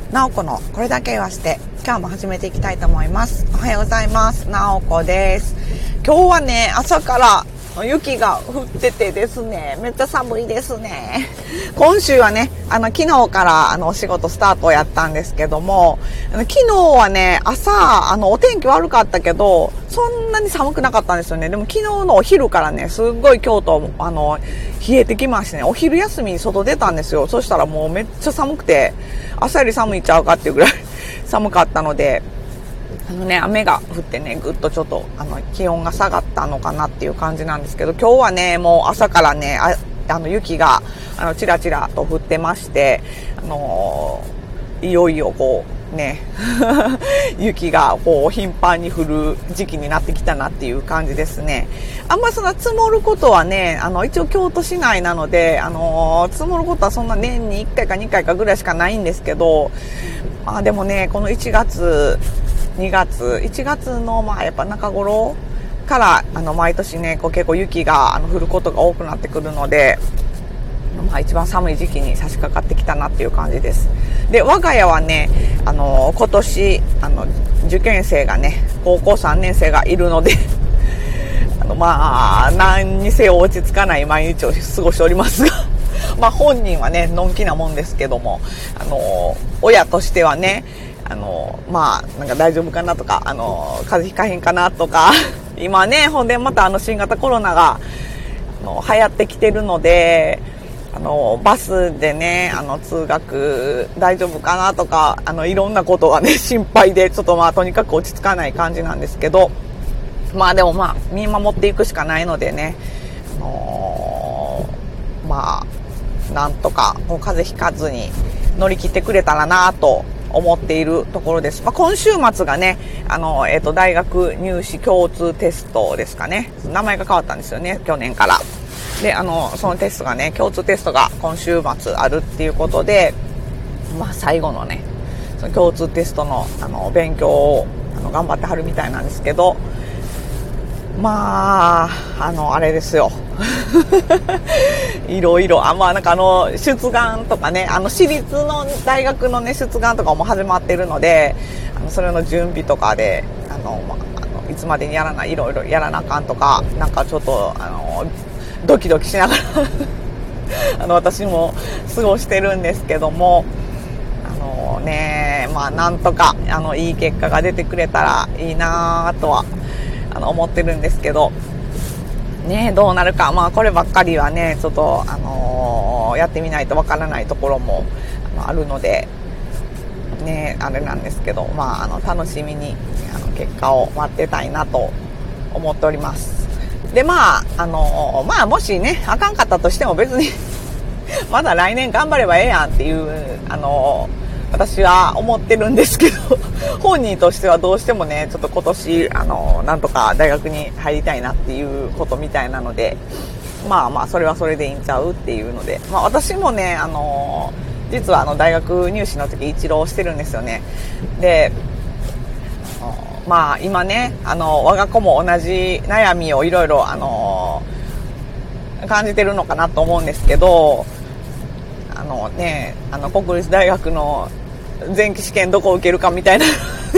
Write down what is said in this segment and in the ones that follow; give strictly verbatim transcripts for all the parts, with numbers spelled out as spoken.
なおこのこれだけ言わして、今日も始めていきたいと思います。おはようございます。なおこです。今日はね、朝から雪が降っててですね、めっちゃ寒いですね。今週はね、あの昨日からあのお仕事スタートをやったんですけども、あの昨日はね、朝あのお天気悪かったけど、そんなに寒くなかったんですよね。でも昨日のお昼からね、すっごい京都あの冷えてきましてね、お昼休みに外出たんですよ。そしたらもうめっちゃ寒くて、朝より寒いちゃうかっていうぐらい寒かったので。あのね、雨が降ってね、ぐっとちょっとあの気温が下がったのかなっていう感じなんですけど、今日はね、もう朝からね、ああの雪があのちらちらと降ってまして、あのー、いよいよこうね雪がこう頻繁に降る時期になってきたなっていう感じですね。あんまそんな積もることはね、あの一応京都市内なので、あのー、積もることはそんな年にいっかいかにかいかぐらいしかないんですけど、まあでもね、このいちがつにがつ、いちがつのまあやっぱ中頃からあの毎年ね、こう結構雪があの降ることが多くなってくるので、まあ一番寒い時期に差し掛かってきたなっていう感じです。で、我が家はね、あの今年あの受験生がね、高校さんねん生がいるのであのまあ何にせよ落ち着かない毎日を過ごしておりますがまあ本人はね、のんきなもんですけども、あの親としてはね、あのまあなんか大丈夫かなとか、あの風邪ひかへんかなとか今ね、ほんでまたあの新型コロナがあの流行ってきてるので、あのバスでね、あの通学大丈夫かなとか、あのいろんなことがね心配で、ちょっとまあとにかく落ち着かない感じなんですけど、まあでもまあ見守っていくしかないのでね、あのー、まあなんとかもう風邪ひかずに乗り切ってくれたらなと思っているところです。まあ、今週末がね、あの、えっと、大学入試共通テストですかね。名前が変わったんですよね、去年から。で、あの、そのテストがね、共通テストが今週末あるっていうことで、まあ、最後のね、その共通テストの、あの、勉強を、あの、頑張ってはるみたいなんですけど、まあ、あの、あれですよ。いろいろ、あ、まあなんかあの、出願とかね、あの、私立の大学のね、出願とかも始まってるので、あの、それの準備とかで、あの、まあ、あのいつまでにやらない、いろいろやらなあかんとか、なんかちょっと、あの、ドキドキしながら、あの、私も過ごしてるんですけども、あのね、まあなんとか、あの、いい結果が出てくれたらいいなとは、あの思ってるんですけどね、どうなるか、まあこればっかりはね、ちょっとあのー、やってみないとわからないところもあるのでね、あれなんですけど、まああの楽しみにあの結果を待ってたいなと思っております。で、まああのー、まあもしねあかんかったとしても別にまだ来年頑張ればええやんっていうあのー私は思ってるんですけど本人としてはどうしてもね、ちょっと今年あのなんとか大学に入りたいなっていうことみたいなので、まあまあそれはそれでいいんちゃうっていうので、まあ私もね、あの実はあの大学入試の時一浪してるんですよね。で、まあ今ね、あの我が子も同じ悩みをいろいろあの感じてるのかなと思うんですけど、あのね、あの国立大学の前期試験どこを受けるかみたいな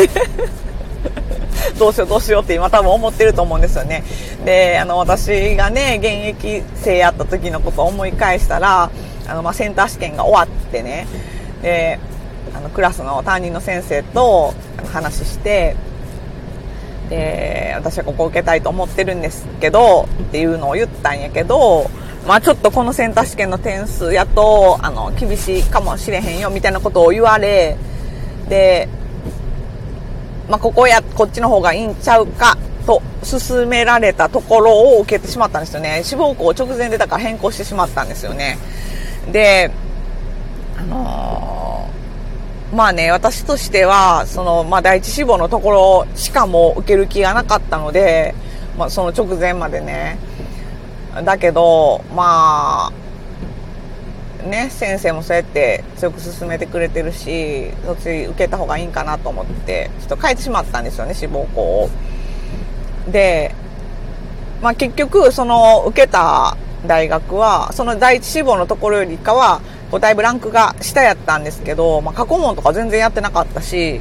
どうしようどうしようって今多分思ってると思うんですよね。で、あの私がね現役生やった時のことを思い返したら、あのまあセンター試験が終わってね、であのクラスの担任の先生と話して、で私はここを受けたいと思ってるんですけどっていうのを言ったんやけど、まあちょっとこのセンター試験の点数やとあの厳しいかもしれへんよみたいなことを言われ、で、まあここやこっちの方がいいんちゃうかと勧められたところを受けてしまったんですよね。志望校直前でだから変更してしまったんですよね。で、あのー、まあね、私としてはそのまあ第一志望のところしかも受ける気がなかったので、まあその直前までね。だけどまあね、先生もそうやって強く勧めてくれてるし、そっち受けた方がいいんかなと思ってちょっと変えてしまったんですよね、志望校を。で、まあ結局その受けた大学はその第一志望のところよりかはこうだいぶランクが下やったんですけど、まあ、過去問とか全然やってなかったし、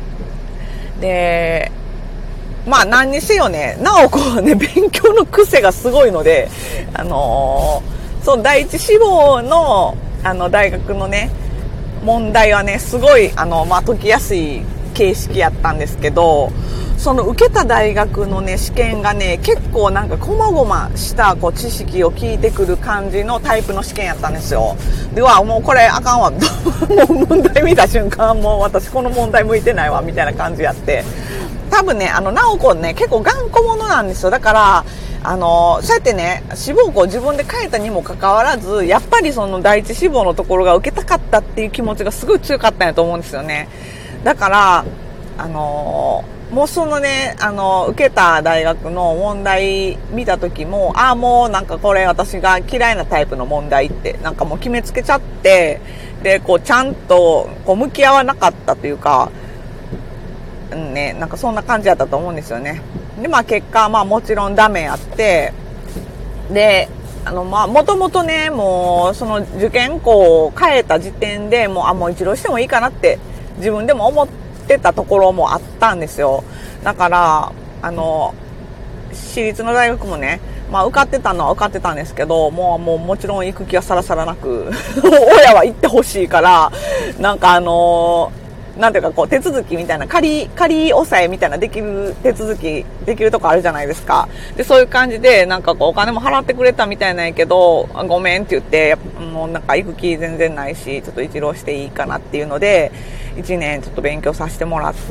で、まあ何にせよね、なおこはね、勉強の癖がすごいので、あのー、そう、第一志望の、あの、大学のね、問題はね、すごい、あの、まあ、解きやすい形式やったんですけど、その受けた大学のね、試験がね、結構なんか細々したこう知識を聞いてくる感じのタイプの試験やったんですよ。では、もうこれあかんわ。もう問題見た瞬間、もう私この問題向いてないわ、みたいな感じやって。多分ね、あの、なおこね、結構頑固者なんですよ。だから、あの、そうやってね、志望校を自分で変えたにもかかわらず、やっぱりその第一志望のところが受けたかったっていう気持ちがすごい強かったんやと思うんですよね。だから、あの、もうそのね、あの、受けた大学の問題見た時も、ああ、もうなんかこれ私が嫌いなタイプの問題って、なんかもう決めつけちゃって、で、こうちゃんとこう向き合わなかったというか、うんね、なんかそんな感じだったと思うんですよね。で、まあ結果、まあもちろんダメやって、で、あの、まあもともとね、もうその受験校を変えた時点でもう、あ、もう一浪してもいいかなって自分でも思ってたところもあったんですよ。だから、あの、私立の大学もね、まあ受かってたのは受かってたんですけど、もうもうもちろん行く気はさらさらなく、親は行ってほしいから、なんかあのなんていうかこう手続きみたいな、仮、仮押さえみたいなできる手続きできるとこあるじゃないですか。で、そういう感じでなんかこうお金も払ってくれたみたいなんやけど、ごめんって言って、もうなんか行く気全然ないし、ちょっと一浪していいかなっていうので、一年ちょっと勉強させてもらって、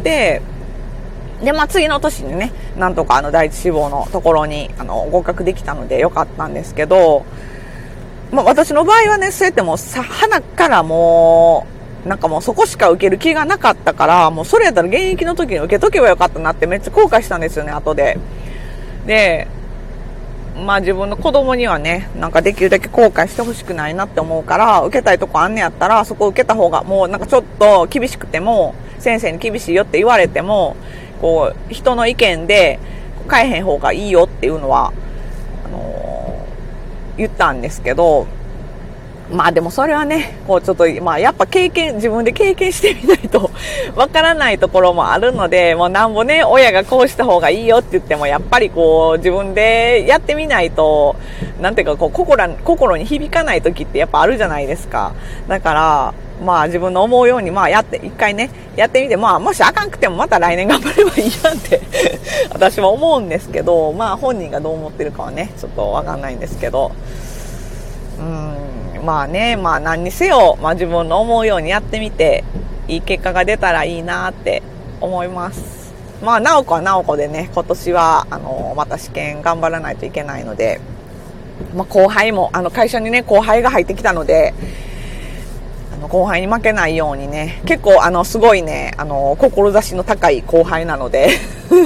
で、まあ次の年にね、なんとかあの第一志望のところにあの合格できたのでよかったんですけど、まあ私の場合はね、そうやってもうさ、花からもう、なんかもうそこしか受ける気がなかったから、もうそれやったら現役の時に受けとけばよかったなってめっちゃ後悔したんですよね、後で。で、まあ自分の子供にはね、なんかできるだけ後悔してほしくないなって思うから、受けたいとこあんねやったら、そこ受けた方が、もうなんかちょっと厳しくても、先生に厳しいよって言われても、こう、人の意見で変えへん方がいいよっていうのは、あのー、言ったんですけど、まあでもそれはね、こうちょっと、まあやっぱ経験、自分で経験してみないとわからないところもあるので、もうなんぼね、親がこうした方がいいよって言っても、やっぱりこう自分でやってみないと、なんていうかこう心、心に響かない時ってやっぱあるじゃないですか。だから、まあ自分の思うように、まあやって、一回ね、やってみて、まあもしあかんくてもまた来年頑張ればいいやんって私は思うんですけど、まあ本人がどう思ってるかはね、ちょっとわかんないんですけど、うーん。まあね、まあ何にせよ、まあ自分の思うようにやってみて、いい結果が出たらいいなって思います。まあ、なおこはなおこでね、今年は、あの、また試験頑張らないといけないので、まあ後輩も、あの会社にね、後輩が入ってきたので、あの後輩に負けないようにね、結構あの、すごいね、あの、志の高い後輩なので、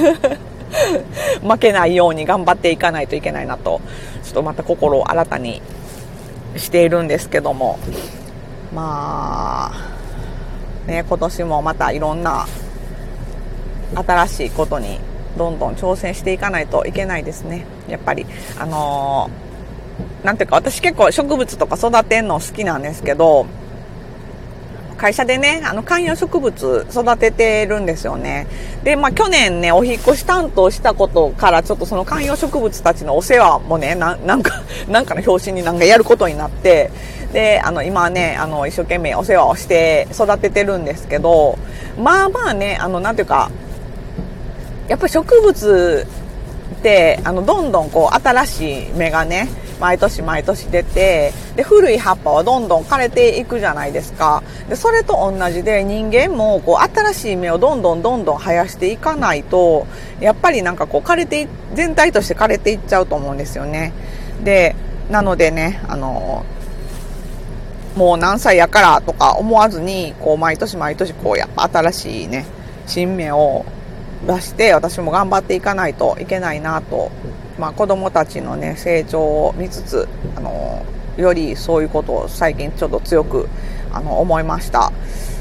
負けないように頑張っていかないといけないなと、ちょっとまた心を新たにしているんですけども、まあね、今年もまたいろんな新しいことにどんどん挑戦していかないといけないですね。やっぱりあのー、なんていうか、私結構植物とか育てるの好きなんですけど、会社でね、あの観葉植物育ててるんですよね。で、まあ去年ね、お引っ越し担当したことからちょっとその観葉植物たちのお世話もね、ななんか、なんかの表紙になんかやることになって、で、あの今はね、あの一生懸命お世話をして育ててるんですけど、まあまあね、あのなんていうか、やっぱり植物って、あのどんどんこう新しい芽がね、毎年毎年出て、で古い葉っぱはどんどん枯れていくじゃないですか。でそれと同じで、人間もこう新しい芽をどんどんどんどん生やしていかないと、やっぱりなんかこう枯れて全体として枯れていっちゃうと思うんですよね。でなのでね、あのもう何歳やからとか思わずに、こう毎年毎年こうやっぱ新しいね、新芽を出して、私も頑張っていかないといけないなと、まあ、子供たちのね成長を見つつ、あのよりそういうことを最近ちょっと強くあの思いました。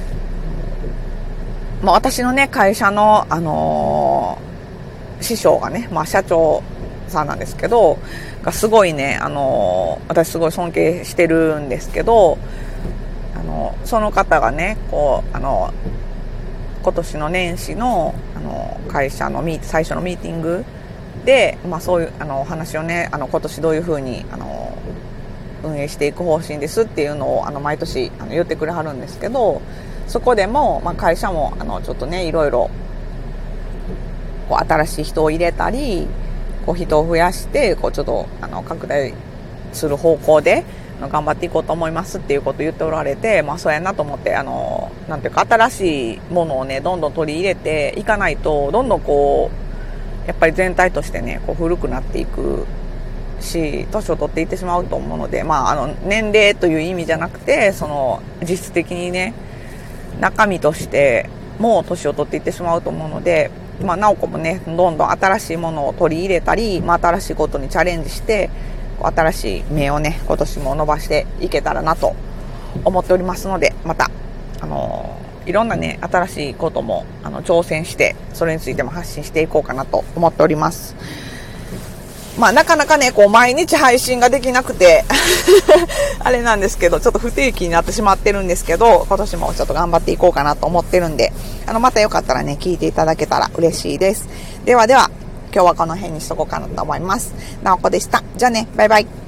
まあ、私のね会社の、あのー、師匠がね、まあ、社長さんなんですけど、がすごいね、あのー、私すごい尊敬してるんですけど、 その方がね、こう、あの、今年の年始の、あの、会社のミー最初のミーティングで、まあそういう、あの、お話をね、あの、今年どういうふうに、あの、運営していく方針ですっていうのを、あの、毎年、あの、言ってくれはるんですけど、そこでも、まあ会社も、あの、ちょっとね、いろいろ、こう、新しい人を入れたり、こう、人を増やして、こう、ちょっと、あの、拡大する方向で、頑張っていこうと思いますっていうことを言っておられて、まあそうやなと思って、あの、なんていうか新しいものをね、どんどん取り入れていかないと、どんどんこう、やっぱり全体としてね、こう古くなっていくし、年を取っていってしまうと思うので、まああの、年齢という意味じゃなくて、その、実質的にね、中身としてもう年を取っていってしまうと思うので、まあ、なおこもね、どんどん新しいものを取り入れたり、まあ、新しいことにチャレンジして、新しい芽をね、今年も伸ばしていけたらなと思っておりますので、また、あのー、いろんなね、新しいことも、あの、挑戦して、それについても発信していこうかなと思っております。まあ、なかなかね、こう、毎日配信ができなくて、あれなんですけど、ちょっと不定期になってしまってるんですけど、今年もちょっと頑張っていこうかなと思ってるんで、あの、またよかったらね、聞いていただけたら嬉しいです。ではでは、今日はこの辺にしとこうかなと思います。なおこでした。じゃあね、バイバイ。